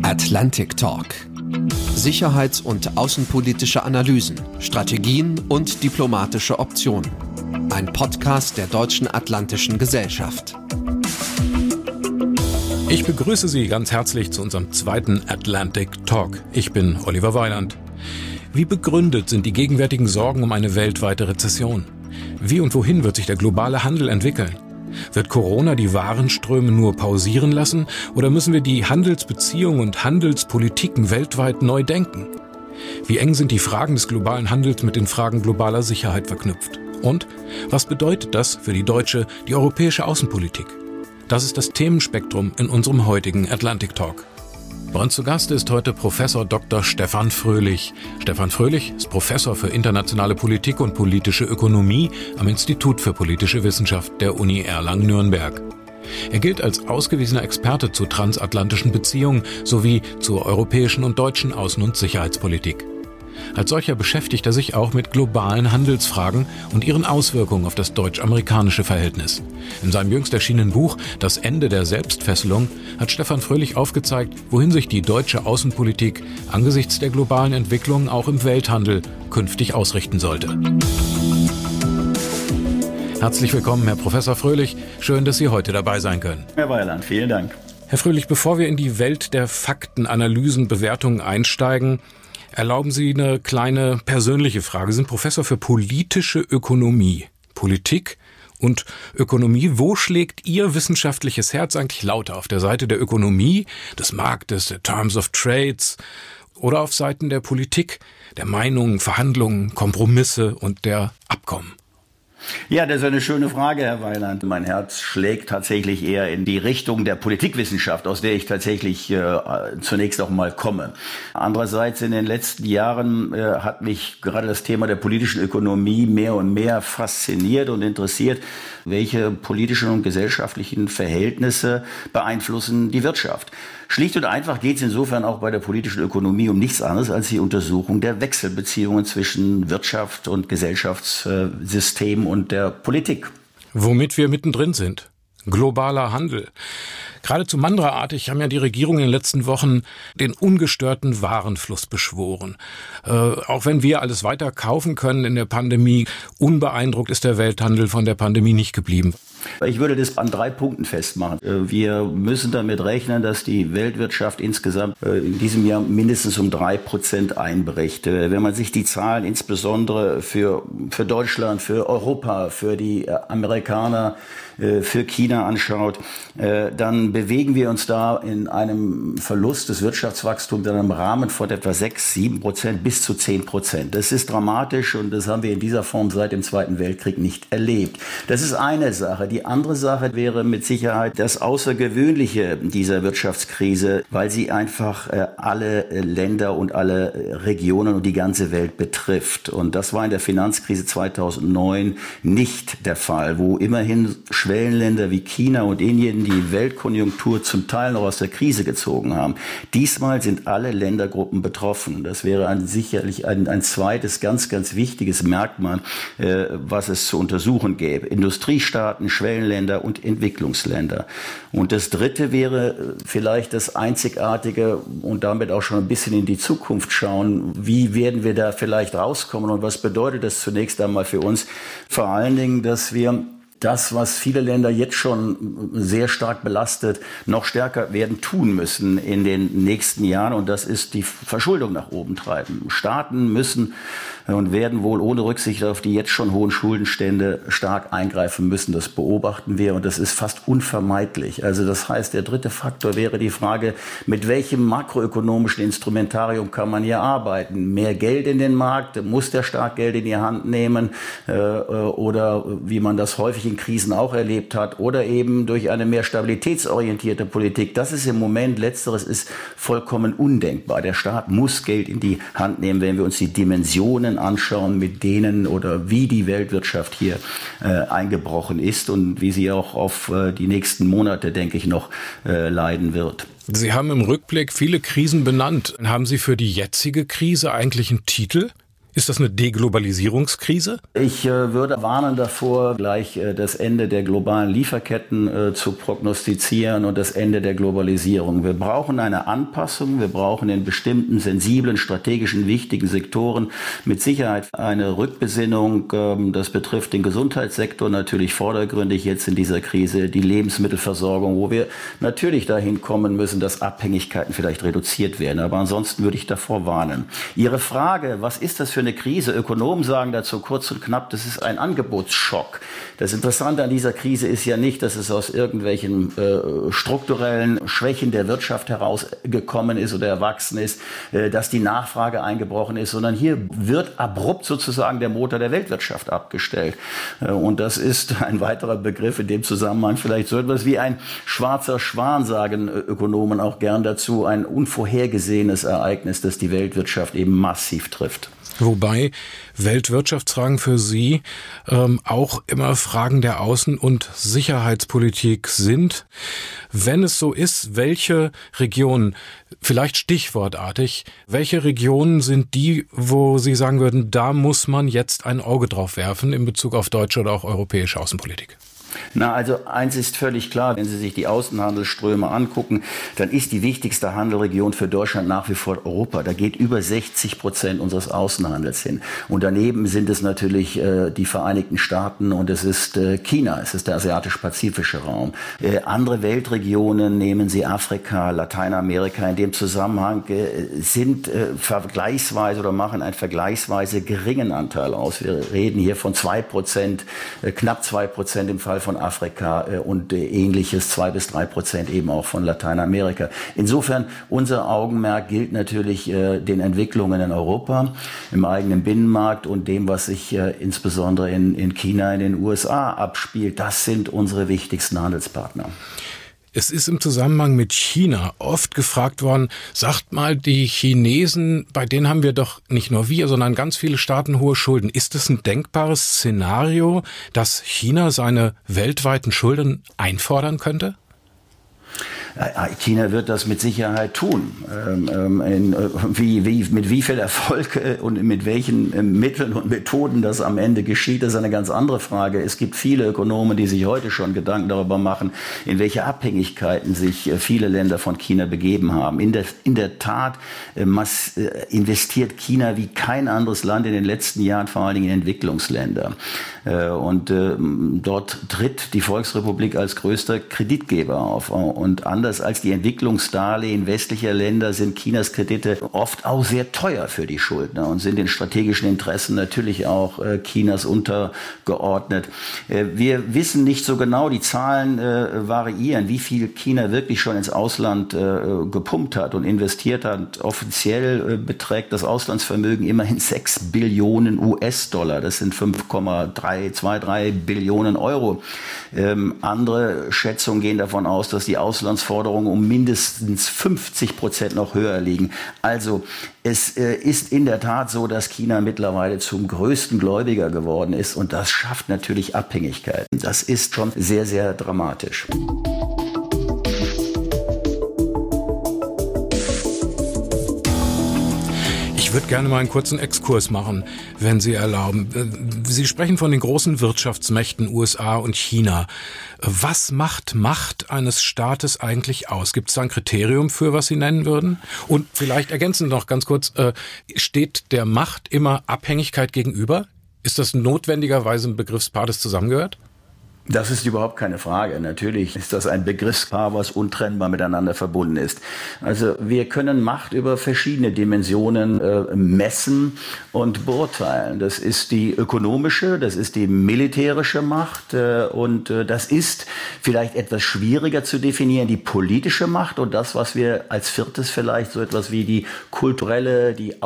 Atlantic Talk. Sicherheits- und außenpolitische Analysen, Strategien und diplomatische Optionen. Ein Podcast der Deutschen Atlantischen Gesellschaft. Ich begrüße Sie ganz herzlich zu unserem zweiten Atlantic Talk. Ich bin Oliver Weiland. Wie begründet sind die gegenwärtigen Sorgen um eine weltweite Rezession? Wie und wohin wird sich der globale Handel entwickeln? Wird Corona die Warenströme nur pausieren lassen oder müssen wir die Handelsbeziehungen und Handelspolitiken weltweit neu denken? Wie eng sind die Fragen des globalen Handels mit den Fragen globaler Sicherheit verknüpft? Und was bedeutet das für die deutsche, die europäische Außenpolitik? Das ist das Themenspektrum in unserem heutigen Atlantic Talk. Bei uns zu Gast ist heute Professor Dr. Stefan Fröhlich. Stefan Fröhlich ist Professor für internationale Politik und politische Ökonomie am Institut für politische Wissenschaft der Uni Erlangen-Nürnberg. Er gilt als ausgewiesener Experte zu transatlantischen Beziehungen sowie zur europäischen und deutschen Außen- und Sicherheitspolitik. Als solcher beschäftigt er sich auch mit globalen Handelsfragen und ihren Auswirkungen auf das deutsch-amerikanische Verhältnis. In seinem jüngst erschienenen Buch »Das Ende der Selbstfesselung« hat Stefan Fröhlich aufgezeigt, wohin sich die deutsche Außenpolitik angesichts der globalen Entwicklungen auch im Welthandel künftig ausrichten sollte. Herzlich willkommen, Herr Professor Fröhlich. Schön, dass Sie heute dabei sein können. Herr Weiland, vielen Dank. Herr Fröhlich, bevor wir in die Welt der Fakten, Analysen, Bewertungen einsteigen, erlauben Sie eine kleine persönliche Frage. Sie sind Professor für politische Ökonomie, Politik und Ökonomie. Wo schlägt Ihr wissenschaftliches Herz eigentlich lauter? Auf der Seite der Ökonomie, des Marktes, der Terms of Trades oder auf Seiten der Politik, der Meinungen, Verhandlungen, Kompromisse und der Abkommen? Ja, das ist eine schöne Frage, Herr Weiland. Mein Herz schlägt tatsächlich eher in die Richtung der Politikwissenschaft, aus der ich tatsächlich zunächst auch mal komme. Andererseits in den letzten Jahren hat mich gerade das Thema der politischen Ökonomie mehr und mehr fasziniert und interessiert. Welche politischen und gesellschaftlichen Verhältnisse beeinflussen die Wirtschaft? Schlicht und einfach geht es insofern auch bei der politischen Ökonomie um nichts anderes als die Untersuchung der Wechselbeziehungen zwischen Wirtschaft und Gesellschaftssystem und der Politik. Womit wir mittendrin sind. Globaler Handel. Geradezu mantraartig haben ja die Regierungen in den letzten Wochen den ungestörten Warenfluss beschworen. Auch wenn wir alles weiter kaufen können in der Pandemie, unbeeindruckt ist der Welthandel von der Pandemie nicht geblieben. Ich würde das an 3 Punkten festmachen. Wir müssen damit rechnen, dass die Weltwirtschaft insgesamt in diesem Jahr mindestens um 3% einbricht. Wenn man sich die Zahlen insbesondere für Deutschland, für Europa, für die Amerikaner, für China anschaut, dann bewegen wir uns da in einem Verlust des Wirtschaftswachstums in einem Rahmen von etwa 6-7% bis zu 10%. Das ist dramatisch und das haben wir in dieser Form seit dem Zweiten Weltkrieg nicht erlebt. Das ist eine Sache. Die andere Sache wäre mit Sicherheit das Außergewöhnliche dieser Wirtschaftskrise, weil sie einfach alle Länder und alle Regionen und die ganze Welt betrifft. Und das war in der Finanzkrise 2009 nicht der Fall, wo immerhin Schwellenländer wie China und Indien die Weltkonjunktur zum Teil noch aus der Krise gezogen haben. Diesmal sind alle Ländergruppen betroffen. Das wäre sicherlich ein zweites ganz, ganz wichtiges Merkmal, was es zu untersuchen gäbe. Industriestaaten, Schwellenländer und Entwicklungsländer. Und das Dritte wäre vielleicht das Einzigartige und damit auch schon ein bisschen in die Zukunft schauen. Wie werden wir da vielleicht rauskommen und was bedeutet das zunächst einmal für uns? Vor allen Dingen, dass wir das, was viele Länder jetzt schon sehr stark belastet, noch stärker werden tun müssen in den nächsten Jahren. Und das ist die Verschuldung nach oben treiben. Staaten müssen und werden wohl ohne Rücksicht auf die jetzt schon hohen Schuldenstände stark eingreifen müssen. Das beobachten wir und das ist fast unvermeidlich. Also das heißt, der dritte Faktor wäre die Frage, mit welchem makroökonomischen Instrumentarium kann man hier arbeiten? Mehr Geld in den Markt? Muss der Staat Geld in die Hand nehmen? Oder wie man das häufig in Krisen auch erlebt hat? Oder eben durch eine mehr stabilitätsorientierte Politik? Das ist im Moment, letzteres ist vollkommen undenkbar. Der Staat muss Geld in die Hand nehmen, wenn wir uns die Dimensionen anschauen, mit denen oder wie die Weltwirtschaft hier eingebrochen ist und wie sie auch auf die nächsten Monate, denke ich, noch leiden wird. Sie haben im Rückblick viele Krisen benannt. Haben Sie für die jetzige Krise eigentlich einen Titel? Ist das eine Deglobalisierungskrise? Ich würde warnen davor, gleich das Ende der globalen Lieferketten zu prognostizieren und das Ende der Globalisierung. Wir brauchen eine Anpassung, wir brauchen in bestimmten sensiblen, strategischen, wichtigen Sektoren mit Sicherheit eine Rückbesinnung. Das betrifft den Gesundheitssektor natürlich vordergründig jetzt in dieser Krise, die Lebensmittelversorgung, wo wir natürlich dahin kommen müssen, dass Abhängigkeiten vielleicht reduziert werden. Aber ansonsten würde ich davor warnen. Ihre Frage, was ist das für eine Krise? Ökonomen sagen dazu kurz und knapp, das ist ein Angebotsschock. Das Interessante an dieser Krise ist ja nicht, dass es aus irgendwelchen strukturellen Schwächen der Wirtschaft herausgekommen ist oder erwachsen ist, dass die Nachfrage eingebrochen ist, sondern hier wird abrupt sozusagen der Motor der Weltwirtschaft abgestellt. Und das ist ein weiterer Begriff in dem Zusammenhang, vielleicht so etwas wie ein schwarzer Schwan, sagen Ökonomen auch gern dazu, ein unvorhergesehenes Ereignis, das die Weltwirtschaft eben massiv trifft. Wobei Weltwirtschaftsfragen für Sie auch immer Fragen der Außen- und Sicherheitspolitik sind. Wenn es so ist, welche Regionen, vielleicht stichwortartig, welche Regionen sind die, wo Sie sagen würden, da muss man jetzt ein Auge drauf werfen in Bezug auf deutsche oder auch europäische Außenpolitik? Na, also eins ist völlig klar, wenn Sie sich die Außenhandelsströme angucken, dann ist die wichtigste Handelregion für Deutschland nach wie vor Europa. Da geht über 60% unseres Außenhandels hin. Und daneben sind es natürlich die Vereinigten Staaten und es ist China, es ist der asiatisch-pazifische Raum. Andere Weltregionen, nehmen Sie Afrika, Lateinamerika, in dem Zusammenhang sind vergleichsweise oder machen einen vergleichsweise geringen Anteil aus. Wir reden hier von 2%, knapp 2% im Fall von Afrika und ähnliches, 2-3% eben auch von Lateinamerika. Insofern, unser Augenmerk gilt natürlich den Entwicklungen in Europa, im eigenen Binnenmarkt und dem, was sich insbesondere in China, in den USA abspielt. Das sind unsere wichtigsten Handelspartner. Es ist im Zusammenhang mit China oft gefragt worden, sagt mal, die Chinesen, bei denen haben wir doch nicht nur wir, sondern ganz viele Staaten hohe Schulden. Ist es ein denkbares Szenario, dass China seine weltweiten Schulden einfordern könnte? China wird das mit Sicherheit tun. Mit wie viel Erfolg und mit welchen Mitteln und Methoden das am Ende geschieht, ist eine ganz andere Frage. Es gibt viele Ökonomen, die sich heute schon Gedanken darüber machen, in welche Abhängigkeiten sich viele Länder von China begeben haben. In der Tat investiert China wie kein anderes Land in den letzten Jahren, vor allen Dingen in Entwicklungsländer. Und dort tritt die Volksrepublik als größter Kreditgeber auf. Und anders als die Entwicklungsdarlehen westlicher Länder sind Chinas Kredite oft auch sehr teuer für die Schuldner und sind den strategischen Interessen natürlich auch Chinas untergeordnet. Wir wissen nicht so genau, die Zahlen variieren, wie viel China wirklich schon ins Ausland gepumpt hat und investiert hat. Offiziell beträgt das Auslandsvermögen immerhin 6 Billionen US-Dollar. Das sind 5,3 Billionen Euro. Andere Schätzungen gehen davon aus, dass die Auslandsforderungen um mindestens 50% noch höher liegen. Also es ist in der Tat so, dass China mittlerweile zum größten Gläubiger geworden ist und das schafft natürlich Abhängigkeiten. Das ist schon sehr, sehr dramatisch. Ich würde gerne mal einen kurzen Exkurs machen, wenn Sie erlauben. Sie sprechen von den großen Wirtschaftsmächten USA und China. Was macht Macht eines Staates eigentlich aus? Gibt es da ein Kriterium für, was Sie nennen würden? Und vielleicht ergänzend noch ganz kurz, steht der Macht immer Abhängigkeit gegenüber? Ist das notwendigerweise ein Begriffspaar, das zusammengehört? Das ist überhaupt keine Frage. Natürlich ist das ein Begriffspaar, was untrennbar miteinander verbunden ist. Also wir können Macht über verschiedene Dimensionen messen und beurteilen. Das ist die ökonomische, das ist die militärische Macht und das ist vielleicht etwas schwieriger zu definieren, die politische Macht und das, was wir als viertes vielleicht so etwas wie die kulturelle, die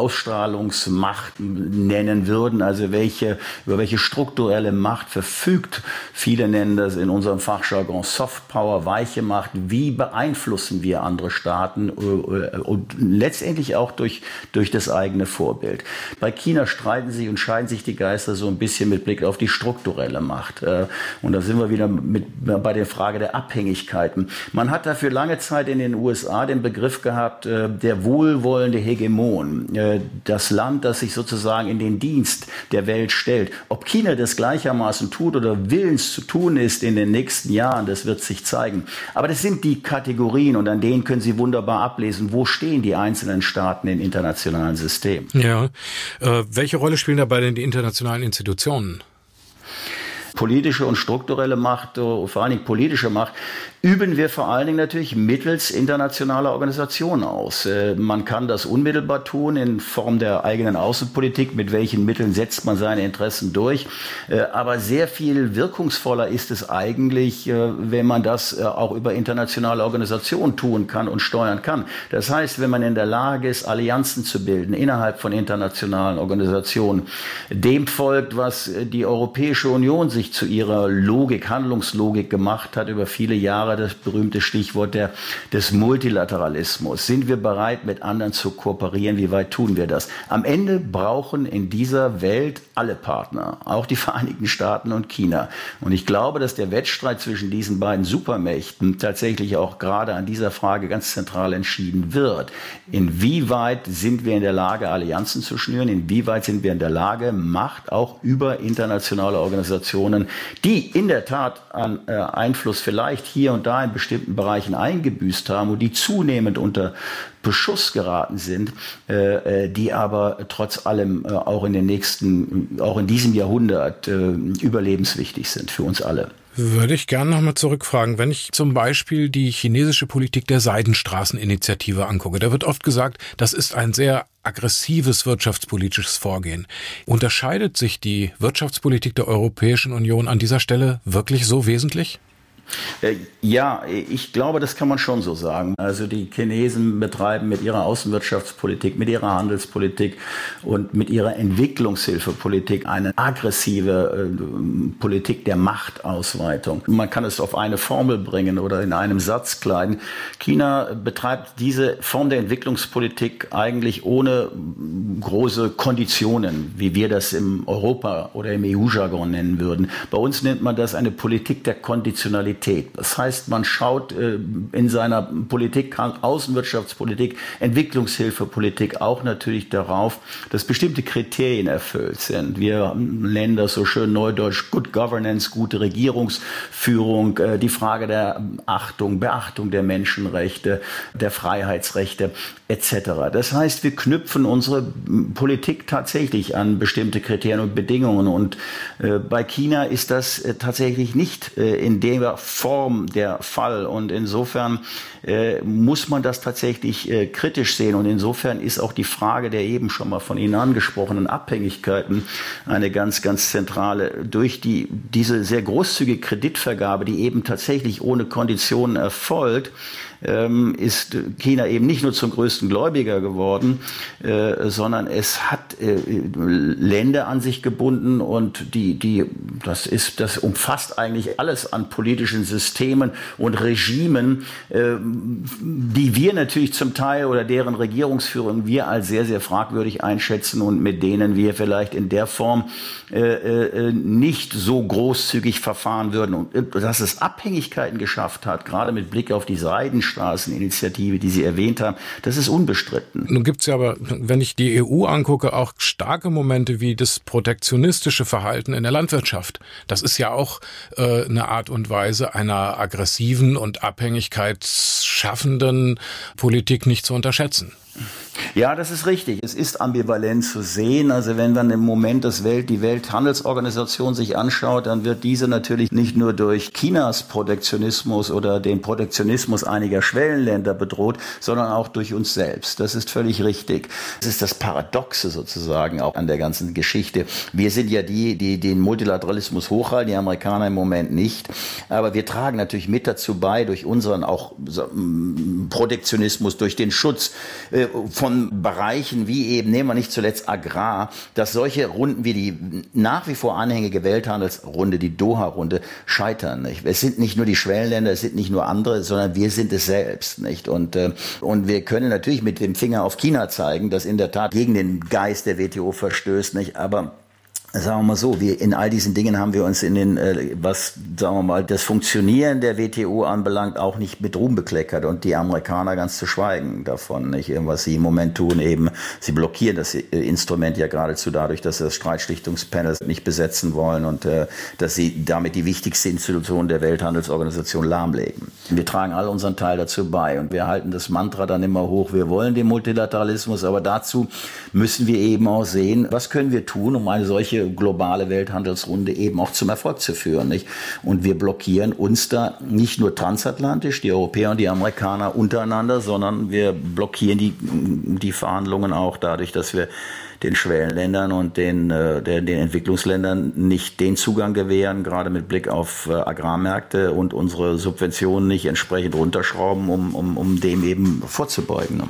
Ausstrahlungsmacht nennen würden. Also über welche strukturelle Macht verfügt viele wir nennen das in unserem Fachjargon Soft Power, weiche Macht. Wie beeinflussen wir andere Staaten und letztendlich auch durch das eigene Vorbild? Bei China streiten sich und scheiden sich die Geister so ein bisschen mit Blick auf die strukturelle Macht. Und da sind wir wieder bei der Frage der Abhängigkeiten. Man hat dafür lange Zeit in den USA den Begriff gehabt, der wohlwollende Hegemon, das Land, das sich sozusagen in den Dienst der Welt stellt. Ob China das gleichermaßen tut oder willens zu tun ist in den nächsten Jahren, das wird sich zeigen. Aber das sind die Kategorien und an denen können Sie wunderbar ablesen, wo stehen die einzelnen Staaten im internationalen System. Ja, welche Rolle spielen dabei denn die internationalen Institutionen? Politische und strukturelle Macht, vor allen Dingen politische Macht, üben wir vor allen Dingen natürlich mittels internationaler Organisationen aus. Man kann das unmittelbar tun in Form der eigenen Außenpolitik, mit welchen Mitteln setzt man seine Interessen durch. Aber sehr viel wirkungsvoller ist es eigentlich, wenn man das auch über internationale Organisationen tun kann und steuern kann. Das heißt, wenn man in der Lage ist, Allianzen zu bilden innerhalb von internationalen Organisationen, dem folgt, was die Europäische Union sich zu ihrer Logik, Handlungslogik gemacht hat über viele Jahre, das berühmte Stichwort des Multilateralismus. Sind wir bereit, mit anderen zu kooperieren? Wie weit tun wir das? Am Ende brauchen in dieser Welt alle Partner, auch die Vereinigten Staaten und China. Und ich glaube, dass der Wettstreit zwischen diesen beiden Supermächten tatsächlich auch gerade an dieser Frage ganz zentral entschieden wird. Inwieweit sind wir in der Lage, Allianzen zu schnüren? Inwieweit sind wir in der Lage, Macht auch über internationale Organisationen, die in der Tat an Einfluss vielleicht hier und da in bestimmten Bereichen eingebüßt haben und die zunehmend unter Beschuss geraten sind, die aber trotz allem auch in diesem Jahrhundert überlebenswichtig sind für uns alle. Würde ich gerne nochmal zurückfragen, wenn ich zum Beispiel die chinesische Politik der Seidenstraßeninitiative angucke. Da wird oft gesagt, das ist ein sehr aggressives wirtschaftspolitisches Vorgehen. Unterscheidet sich die Wirtschaftspolitik der Europäischen Union an dieser Stelle wirklich so wesentlich? Ja, ich glaube, das kann man schon so sagen. Also die Chinesen betreiben mit ihrer Außenwirtschaftspolitik, mit ihrer Handelspolitik und mit ihrer Entwicklungshilfepolitik eine aggressive Politik der Machtausweitung. Man kann es auf eine Formel bringen oder in einem Satz kleiden. China betreibt diese Form der Entwicklungspolitik eigentlich ohne große Konditionen, wie wir das im Europa- oder im EU-Jargon nennen würden. Bei uns nennt man das eine Politik der Konditionalität. Das heißt, man schaut in seiner Politik, Außenwirtschaftspolitik, Entwicklungshilfepolitik auch natürlich darauf, dass bestimmte Kriterien erfüllt sind. Wir nennen das so schön neudeutsch Good Governance, gute Regierungsführung, die Frage der Beachtung der Menschenrechte, der Freiheitsrechte etc. Das heißt, wir knüpfen unsere Politik tatsächlich an bestimmte Kriterien und Bedingungen. Und bei China ist das tatsächlich nicht in der Form der Fall. Und insofern muss man das tatsächlich kritisch sehen. Und insofern ist auch die Frage der eben schon mal von Ihnen angesprochenen Abhängigkeiten eine ganz, ganz zentrale. Durch diese sehr großzügige Kreditvergabe, die eben tatsächlich ohne Konditionen erfolgt, ist China eben nicht nur zum größten Gläubiger geworden, sondern es hat Länder an sich gebunden und das umfasst eigentlich alles an politischen Systemen und Regimen, die wir natürlich zum Teil oder deren Regierungsführung wir als sehr, sehr fragwürdig einschätzen und mit denen wir vielleicht in der Form nicht so großzügig verfahren würden. Und dass es Abhängigkeiten geschafft hat, gerade mit Blick auf die Seidenstraßeninitiative, die Sie erwähnt haben, das ist unbestritten. Nun gibt es ja aber, wenn ich die EU angucke, auch starke Momente wie das protektionistische Verhalten in der Landwirtschaft. Das ist ja auch eine Art und Weise einer aggressiven und abhängigkeitsschaffenden Politik nicht zu unterschätzen. Ja, das ist richtig. Es ist ambivalent zu sehen. Also wenn man im Moment die Welthandelsorganisation sich anschaut, dann wird diese natürlich nicht nur durch Chinas Protektionismus oder den Protektionismus einiger Schwellenländer bedroht, sondern auch durch uns selbst. Das ist völlig richtig. Das ist das Paradoxe sozusagen auch an der ganzen Geschichte. Wir sind ja die den Multilateralismus hochhalten, die Amerikaner im Moment nicht. Aber wir tragen natürlich mit dazu bei, durch unseren auch Protektionismus, durch den Schutz von Bereichen wie eben, nehmen wir nicht zuletzt Agrar, dass solche Runden wie die nach wie vor anhängige Welthandelsrunde, die Doha-Runde, scheitern. Nicht? Es sind nicht nur die Schwellenländer, es sind nicht nur andere, sondern wir sind es selbst. Nicht? Und wir können natürlich mit dem Finger auf China zeigen, das in der Tat gegen den Geist der WTO verstößt. Nicht? Aber sagen wir mal so, in all diesen Dingen haben wir uns was, sagen wir mal, das Funktionieren der WTO anbelangt, auch nicht mit Ruhm bekleckert und die Amerikaner ganz zu schweigen davon, nicht? Was sie im Moment tun, eben, sie blockieren das Instrument ja geradezu dadurch, dass sie das Streitschlichtungspanel nicht besetzen wollen und dass sie damit die wichtigste Institution der Welthandelsorganisation lahmlegen. Wir tragen all unseren Teil dazu bei und wir halten das Mantra dann immer hoch, wir wollen den Multilateralismus, aber dazu müssen wir eben auch sehen, was können wir tun, um eine solche globale Welthandelsrunde eben auch zum Erfolg zu führen. Nicht? Und wir blockieren uns da nicht nur transatlantisch, die Europäer und die Amerikaner untereinander, sondern wir blockieren die Verhandlungen auch dadurch, dass wir den Schwellenländern und den Entwicklungsländern nicht den Zugang gewähren, gerade mit Blick auf Agrarmärkte und unsere Subventionen nicht entsprechend runterschrauben, um dem eben vorzubeugen.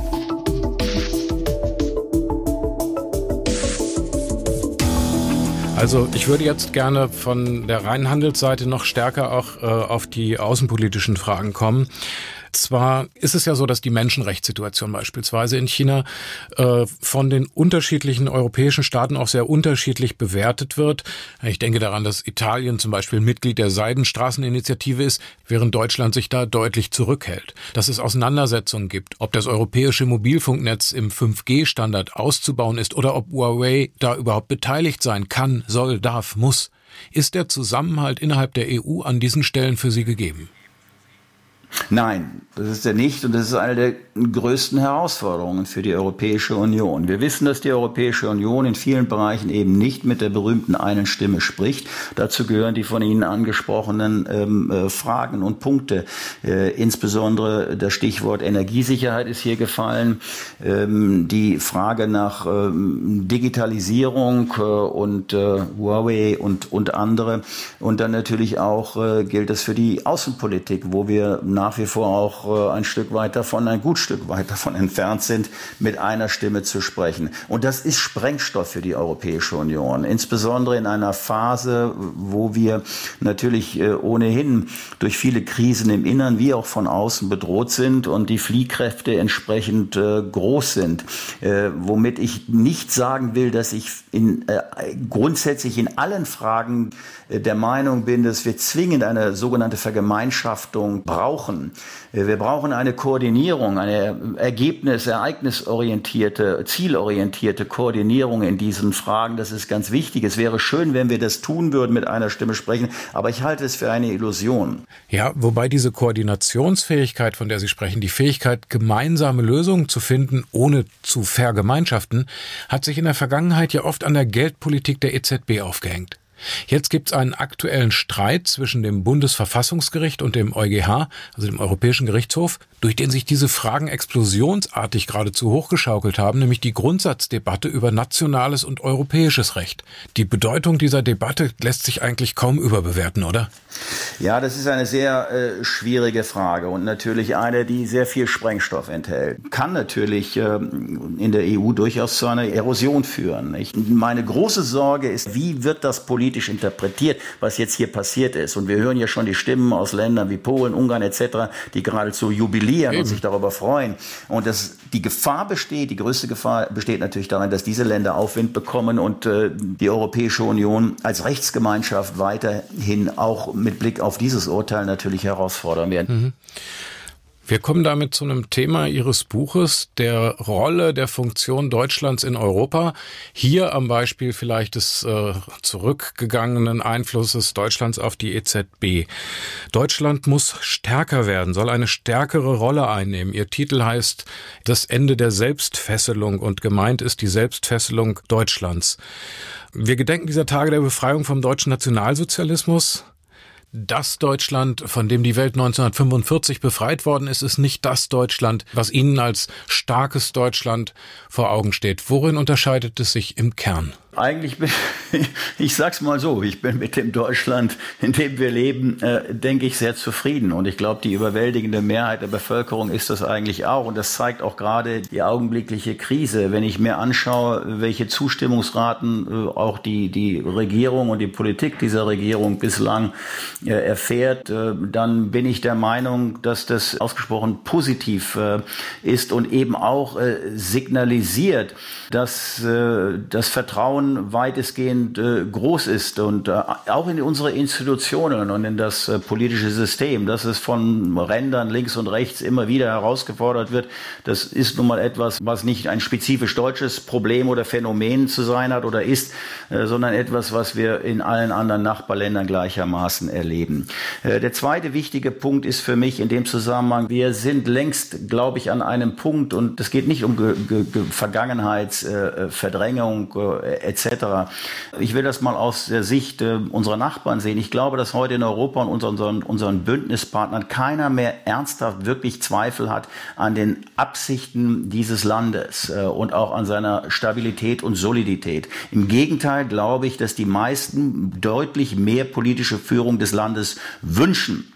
Also ich würde jetzt gerne von der reinen Handelsseite noch stärker auch auf die außenpolitischen Fragen kommen. Zwar ist es ja so, dass die Menschenrechtssituation beispielsweise in China von den unterschiedlichen europäischen Staaten auch sehr unterschiedlich bewertet wird. Ich denke daran, dass Italien zum Beispiel Mitglied der Seidenstraßeninitiative ist, während Deutschland sich da deutlich zurückhält. Dass es Auseinandersetzungen gibt, ob das europäische Mobilfunknetz im 5G-Standard auszubauen ist oder ob Huawei da überhaupt beteiligt sein kann, soll, darf, muss. Ist der Zusammenhalt innerhalb der EU an diesen Stellen für Sie gegeben? Nein, das ist er nicht und das ist eine der größten Herausforderungen für die Europäische Union. Wir wissen, dass die Europäische Union in vielen Bereichen eben nicht mit der berühmten einen Stimme spricht. Dazu gehören die von Ihnen angesprochenen Fragen und Punkte. Insbesondere das Stichwort Energiesicherheit ist hier gefallen. Die Frage nach Digitalisierung und Huawei und andere. Und dann natürlich auch gilt das für die Außenpolitik, wo wir nach wie vor auch ein gut Stück weit davon entfernt sind, mit einer Stimme zu sprechen. Und das ist Sprengstoff für die Europäische Union. Insbesondere in einer Phase, wo wir natürlich ohnehin durch viele Krisen im Innern wie auch von außen bedroht sind und die Fliehkräfte entsprechend groß sind. Womit ich nicht sagen will, dass ich grundsätzlich in allen Fragen der Meinung bin, dass wir zwingend eine sogenannte Vergemeinschaftung brauchen. Wir brauchen eine Koordinierung, eine ereignisorientierte, zielorientierte Koordinierung in diesen Fragen. Das ist ganz wichtig. Es wäre schön, wenn wir das tun würden, mit einer Stimme sprechen, aber ich halte es für eine Illusion. Ja, wobei diese Koordinationsfähigkeit, von der Sie sprechen, die Fähigkeit, gemeinsame Lösungen zu finden, ohne zu vergemeinschaften, hat sich in der Vergangenheit ja oft an der Geldpolitik der EZB aufgehängt. Jetzt gibt es einen aktuellen Streit zwischen dem Bundesverfassungsgericht und dem EuGH, also dem Europäischen Gerichtshof, durch den sich diese Fragen explosionsartig geradezu hochgeschaukelt haben, nämlich die Grundsatzdebatte über nationales und europäisches Recht. Die Bedeutung dieser Debatte lässt sich eigentlich kaum überbewerten, oder? Ja, das ist eine sehr schwierige Frage und natürlich eine, die sehr viel Sprengstoff enthält. Kann natürlich in der EU durchaus zu einer Erosion führen. Meine große Sorge ist, wie wird das politisch interpretiert, was jetzt hier passiert ist. Und wir hören ja schon die Stimmen aus Ländern wie Polen, Ungarn etc., die geradezu jubilieren und sich darüber freuen. Und die Gefahr besteht, die größte Gefahr besteht natürlich darin, dass diese Länder Aufwind bekommen und die Europäische Union als Rechtsgemeinschaft weiterhin auch mit Blick auf dieses Urteil natürlich herausfordern werden. Mhm. Wir kommen damit zu einem Thema Ihres Buches, der Rolle der Funktion Deutschlands in Europa. Hier am Beispiel vielleicht des zurückgegangenen Einflusses Deutschlands auf die EZB. Deutschland muss stärker werden, soll eine stärkere Rolle einnehmen. Ihr Titel heißt Das Ende der Selbstfesselung und gemeint ist die Selbstfesselung Deutschlands. Wir gedenken dieser Tage der Befreiung vom deutschen Nationalsozialismus. Das Deutschland, von dem die Welt 1945 befreit worden ist, ist nicht das Deutschland, was Ihnen als starkes Deutschland vor Augen steht. Worin unterscheidet es sich im Kern? Eigentlich ich sag's mal so, ich bin mit dem Deutschland, in dem wir leben, denke ich, sehr zufrieden. Und ich glaube, die überwältigende Mehrheit der Bevölkerung ist das eigentlich auch. Und das zeigt auch gerade die augenblickliche Krise. Wenn ich mir anschaue, welche Zustimmungsraten auch die Regierung und die Politik dieser Regierung bislang erfährt, dann bin ich der Meinung, dass das ausgesprochen positiv ist und eben auch signalisiert, dass das Vertrauen weitestgehend groß ist und auch in unsere Institutionen und in das politische System, dass es von Rändern links und rechts immer wieder herausgefordert wird. Das ist nun mal etwas, was nicht ein spezifisch deutsches Problem oder Phänomen zu sein hat oder ist, sondern etwas, was wir in allen anderen Nachbarländern gleichermaßen erleben. Der zweite wichtige Punkt ist für mich in dem Zusammenhang, wir sind längst, glaube ich, an einem Punkt, und es geht nicht um Vergangenheitsverdrängung etc. Ich will das mal aus der Sicht unserer Nachbarn sehen. Ich glaube, dass heute in Europa und unseren Bündnispartnern keiner mehr ernsthaft wirklich Zweifel hat an den Absichten dieses Landes und auch an seiner Stabilität und Solidität. Im Gegenteil glaube ich, dass die meisten deutlich mehr politische Führung des Landes wünschen.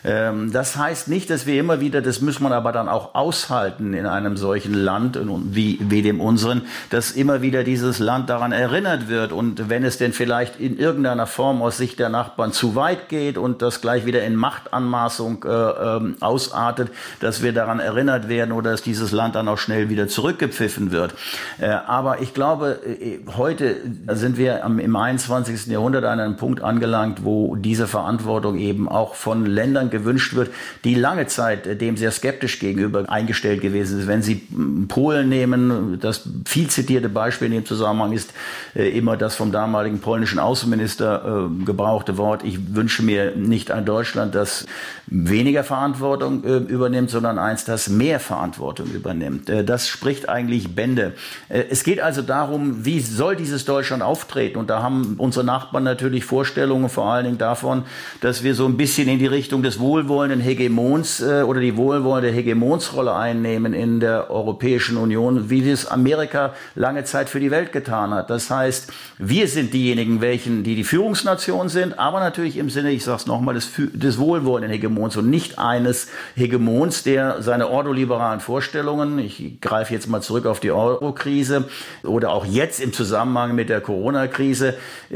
Das heißt nicht, dass wir immer wieder, das muss man aber dann auch aushalten in einem solchen Land wie dem unseren, dass immer wieder dieses Land daran erinnert wird, und wenn es denn vielleicht in irgendeiner Form aus Sicht der Nachbarn zu weit geht und das gleich wieder in Machtanmaßung ausartet, dass wir daran erinnert werden oder dass dieses Land dann auch schnell wieder zurückgepfiffen wird. Aber ich glaube, heute sind wir im 21. Jahrhundert an einem Punkt angelangt, wo diese Verantwortung eben auch von Ländern gewünscht wird, die lange Zeit dem sehr skeptisch gegenüber eingestellt gewesen sind. Wenn Sie Polen nehmen, das viel zitierte Beispiel in dem Zusammenhang ist immer das vom damaligen polnischen Außenminister gebrauchte Wort: Ich wünsche mir nicht ein Deutschland, das weniger Verantwortung übernimmt, sondern eins, das mehr Verantwortung übernimmt. Das spricht eigentlich Bände. Es geht also darum, wie soll dieses Deutschland auftreten? Und da haben unsere Nachbarn natürlich Vorstellungen, vor allen Dingen davon, dass wir so ein bisschen in die Richtung des wohlwollenden Hegemons oder die wohlwollende Hegemonsrolle einnehmen in der Europäischen Union, wie das Amerika lange Zeit für die Welt getan hat. Das heißt, wir sind diejenigen, die Führungsnation sind, aber natürlich im Sinne, ich sage es nochmal, des wohlwollenden Hegemons und nicht eines Hegemons, der seine ordoliberalen Vorstellungen, ich greife jetzt mal zurück auf die Euro-Krise oder auch jetzt im Zusammenhang mit der Corona-Krise,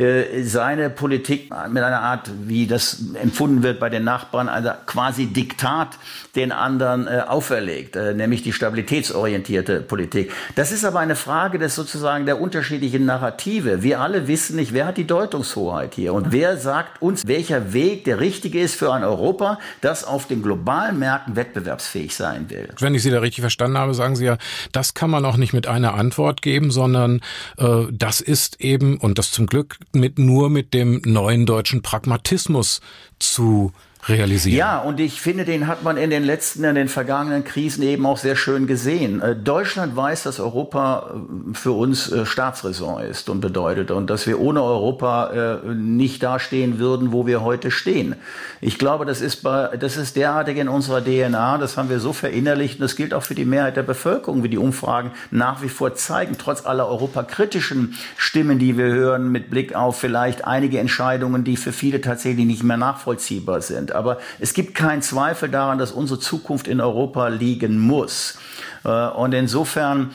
seine Politik mit einer Art, wie das empfunden wird bei den Nachbarn, also quasi Diktat den anderen auferlegt, nämlich die stabilitätsorientierte Politik. Das ist aber eine Frage des sozusagen der unterschiedlichen Narrative. Wir alle wissen nicht, wer hat die Deutungshoheit hier und wer sagt uns, welcher Weg der richtige ist für ein Europa, das auf den globalen Märkten wettbewerbsfähig sein will. Wenn ich Sie da richtig verstanden habe, sagen Sie ja, das kann man auch nicht mit einer Antwort geben, sondern das ist eben, und das zum Glück nur mit dem neuen deutschen Pragmatismus zu realisieren. Ja, und ich finde, den hat man in den vergangenen Krisen eben auch sehr schön gesehen. Deutschland weiß, dass Europa für uns Staatsräson ist und bedeutet und dass wir ohne Europa nicht dastehen würden, wo wir heute stehen. Ich glaube, das ist derartig in unserer DNA, das haben wir so verinnerlicht, und das gilt auch für die Mehrheit der Bevölkerung, wie die Umfragen nach wie vor zeigen, trotz aller europakritischen Stimmen, die wir hören, mit Blick auf vielleicht einige Entscheidungen, die für viele tatsächlich nicht mehr nachvollziehbar sind. Aber es gibt keinen Zweifel daran, dass unsere Zukunft in Europa liegen muss. Und insofern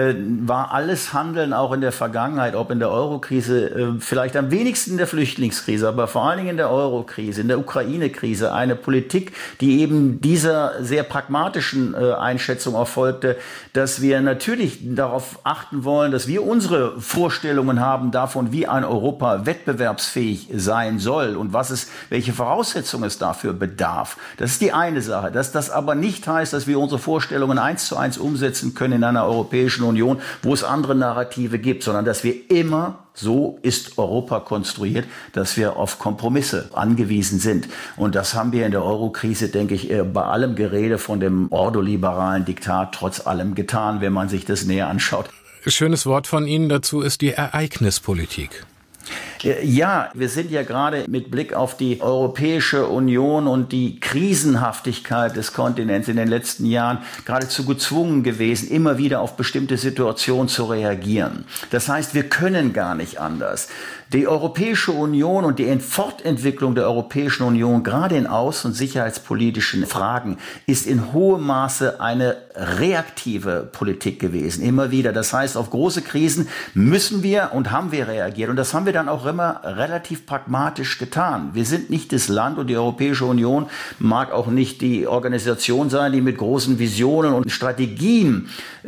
war alles Handeln auch in der Vergangenheit, ob in der Eurokrise, vielleicht am wenigsten in der Flüchtlingskrise, aber vor allen Dingen in der Eurokrise, in der Ukraine-Krise, eine Politik, die eben dieser sehr pragmatischen Einschätzung erfolgte, dass wir natürlich darauf achten wollen, dass wir unsere Vorstellungen haben davon, wie ein Europa wettbewerbsfähig sein soll und welche Voraussetzungen es dafür bedarf. Das ist die eine Sache. Dass das aber nicht heißt, dass wir unsere Vorstellungen 1:1 umsetzen können in einer Europäischen Union, wo es andere Narrative gibt, sondern dass wir immer, so ist Europa konstruiert, dass wir auf Kompromisse angewiesen sind. Und das haben wir in der Eurokrise, denke ich, bei allem Gerede von dem ordoliberalen Diktat trotz allem getan, wenn man sich das näher anschaut. Schönes Wort von Ihnen dazu ist die Ereignispolitik. Ja, wir sind ja gerade mit Blick auf die Europäische Union und die Krisenhaftigkeit des Kontinents in den letzten Jahren geradezu gezwungen gewesen, immer wieder auf bestimmte Situationen zu reagieren. Das heißt, wir können gar nicht anders. Die Europäische Union und die Fortentwicklung der Europäischen Union, gerade in außen- und sicherheitspolitischen Fragen, ist in hohem Maße eine reaktive Politik gewesen, immer wieder. Das heißt, auf große Krisen müssen wir und haben wir reagiert. Und das haben wir dann auch immer relativ pragmatisch getan. Wir sind nicht das Land, und die Europäische Union mag auch nicht die Organisation sein, die mit großen Visionen und Strategien,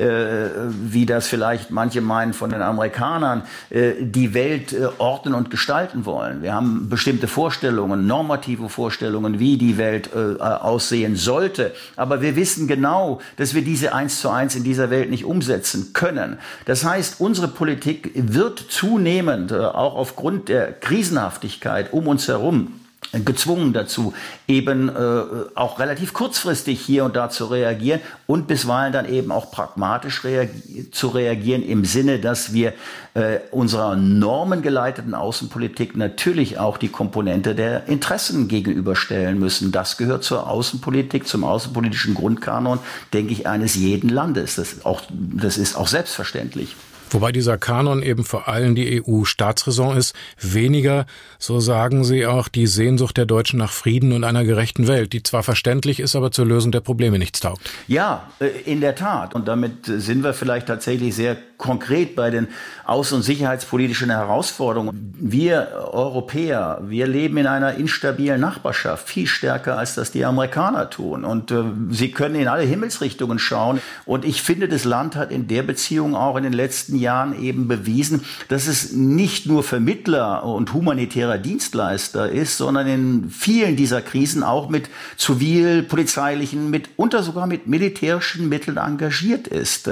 wie das vielleicht manche meinen von den Amerikanern, die Welt ordnen und gestalten wollen. Wir haben bestimmte Vorstellungen, normative Vorstellungen, wie die Welt aussehen sollte. Aber wir wissen genau, dass wir diese 1:1 in dieser Welt nicht umsetzen können. Das heißt, unsere Politik wird zunehmend, auch aufgrund der Krisenhaftigkeit um uns herum, gezwungen dazu, eben auch relativ kurzfristig hier und da zu reagieren und bisweilen dann eben auch pragmatisch zu reagieren im Sinne, dass wir unserer normengeleiteten Außenpolitik natürlich auch die Komponente der Interessen gegenüberstellen müssen. Das gehört zur Außenpolitik, zum außenpolitischen Grundkanon, denke ich, eines jeden Landes. Das ist auch selbstverständlich. Wobei dieser Kanon eben vor allem die EU-Staatsräson ist, weniger, so sagen Sie auch, die Sehnsucht der Deutschen nach Frieden und einer gerechten Welt, die zwar verständlich ist, aber zur Lösung der Probleme nichts taugt. Ja, in der Tat. Und damit sind wir vielleicht tatsächlich sehr konkret bei den außen- und sicherheitspolitischen Herausforderungen. Wir Europäer, wir leben in einer instabilen Nachbarschaft, viel stärker als das die Amerikaner tun. Und sie können in alle Himmelsrichtungen schauen. Und ich finde, das Land hat in der Beziehung auch in den letzten Jahren eben bewiesen, dass es nicht nur Vermittler und humanitärer Dienstleister ist, sondern in vielen dieser Krisen auch mit zivilpolizeilichen, mitunter sogar mit militärischen Mitteln engagiert ist.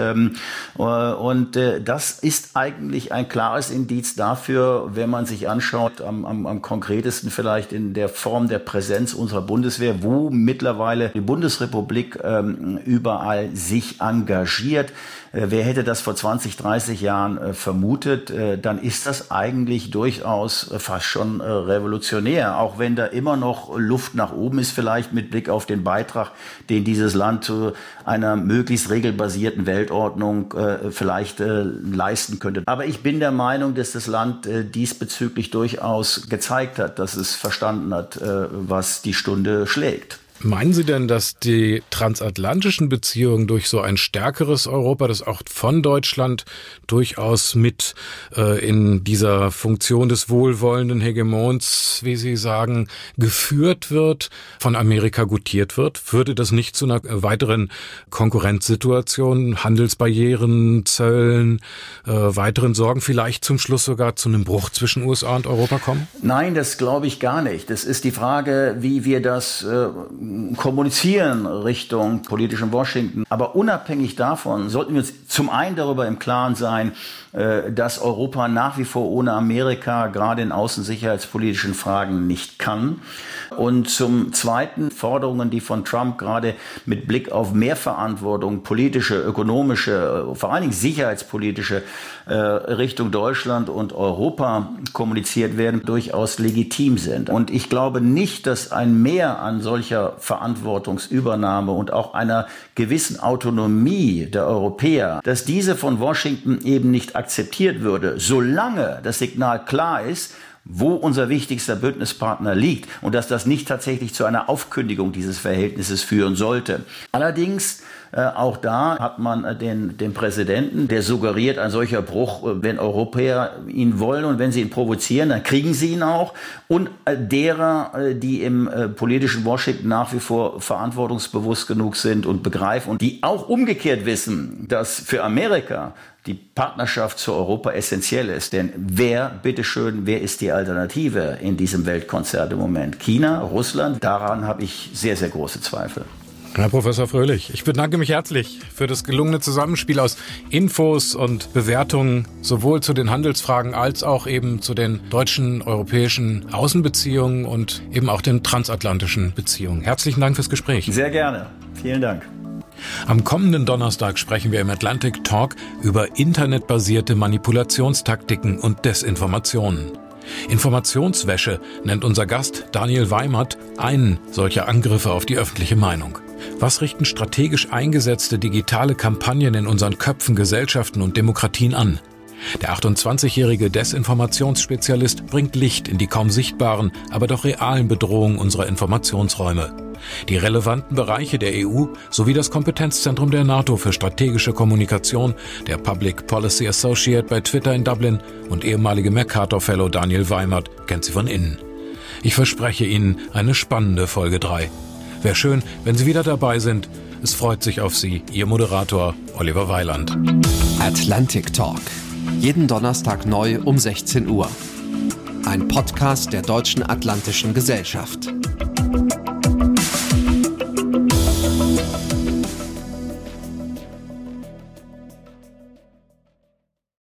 Und das ist eigentlich ein klares Indiz dafür, wenn man sich anschaut, am konkretesten vielleicht in der Form der Präsenz unserer Bundeswehr, wo mittlerweile die Bundesrepublik überall sich engagiert. Wer hätte das vor 20, 30 Jahren vermutet, dann ist das eigentlich durchaus fast schon revolutionär, auch wenn da immer noch Luft nach oben ist, vielleicht mit Blick auf den Beitrag, den dieses Land zu einer möglichst regelbasierten Weltordnung vielleicht leisten könnte. Aber ich bin der Meinung, dass das Land diesbezüglich durchaus gezeigt hat, dass es verstanden hat, was die Stunde schlägt. Meinen Sie denn, dass die transatlantischen Beziehungen durch so ein stärkeres Europa, das auch von Deutschland durchaus mit in dieser Funktion des wohlwollenden Hegemons, wie Sie sagen, geführt wird, von Amerika gutiert wird? Würde das nicht zu einer weiteren Konkurrenzsituation, Handelsbarrieren, Zöllen, weiteren Sorgen, vielleicht zum Schluss sogar zu einem Bruch zwischen USA und Europa kommen? Nein, das glaube ich gar nicht. Das ist die Frage, wie wir das kommunizieren Richtung politischen Washington. Aber unabhängig davon sollten wir uns zum einen darüber im Klaren sein, dass Europa nach wie vor ohne Amerika gerade in außensicherheitspolitischen Fragen nicht kann. Und zum Zweiten Forderungen, die von Trump gerade mit Blick auf mehr Verantwortung, politische, ökonomische, vor allen Dingen sicherheitspolitische Richtung Deutschland und Europa kommuniziert werden, durchaus legitim sind. Und ich glaube nicht, dass ein Mehr an solcher Verantwortungsübernahme und auch einer gewissen Autonomie der Europäer, dass diese von Washington eben nicht akzeptiert würde, solange das Signal klar ist, wo unser wichtigster Bündnispartner liegt und dass das nicht tatsächlich zu einer Aufkündigung dieses Verhältnisses führen sollte. Allerdings auch da hat man den Präsidenten, der suggeriert, ein solcher Bruch, wenn Europäer ihn wollen und wenn sie ihn provozieren, dann kriegen sie ihn auch. Und derer, die im politischen Washington nach wie vor verantwortungsbewusst genug sind und begreifen und die auch umgekehrt wissen, dass für Amerika die Partnerschaft zu Europa essentiell ist. Denn wer ist die Alternative in diesem Weltkonzert im Moment? China, Russland? Daran habe ich sehr, sehr große Zweifel. Herr Professor Fröhlich, ich bedanke mich herzlich für das gelungene Zusammenspiel aus Infos und Bewertungen sowohl zu den Handelsfragen als auch eben zu den deutschen, europäischen Außenbeziehungen und eben auch den transatlantischen Beziehungen. Herzlichen Dank fürs Gespräch. Sehr gerne. Vielen Dank. Am kommenden Donnerstag sprechen wir im Atlantic Talk über internetbasierte Manipulationstaktiken und Desinformationen. Informationswäsche nennt unser Gast Daniel Weimert einen solcher Angriffe auf die öffentliche Meinung. Was richten strategisch eingesetzte digitale Kampagnen in unseren Köpfen, Gesellschaften und Demokratien an? Der 28-jährige Desinformationsspezialist bringt Licht in die kaum sichtbaren, aber doch realen Bedrohungen unserer Informationsräume. Die relevanten Bereiche der EU sowie das Kompetenzzentrum der NATO für strategische Kommunikation, der Public Policy Associate bei Twitter in Dublin und ehemalige Mercator-Fellow Daniel Weimert kennt sie von innen. Ich verspreche Ihnen eine spannende Folge 3. Wäre schön, wenn Sie wieder dabei sind. Es freut sich auf Sie, Ihr Moderator Oliver Weiland. Atlantic Talk. Jeden Donnerstag neu um 16 Uhr. Ein Podcast der Deutschen Atlantischen Gesellschaft.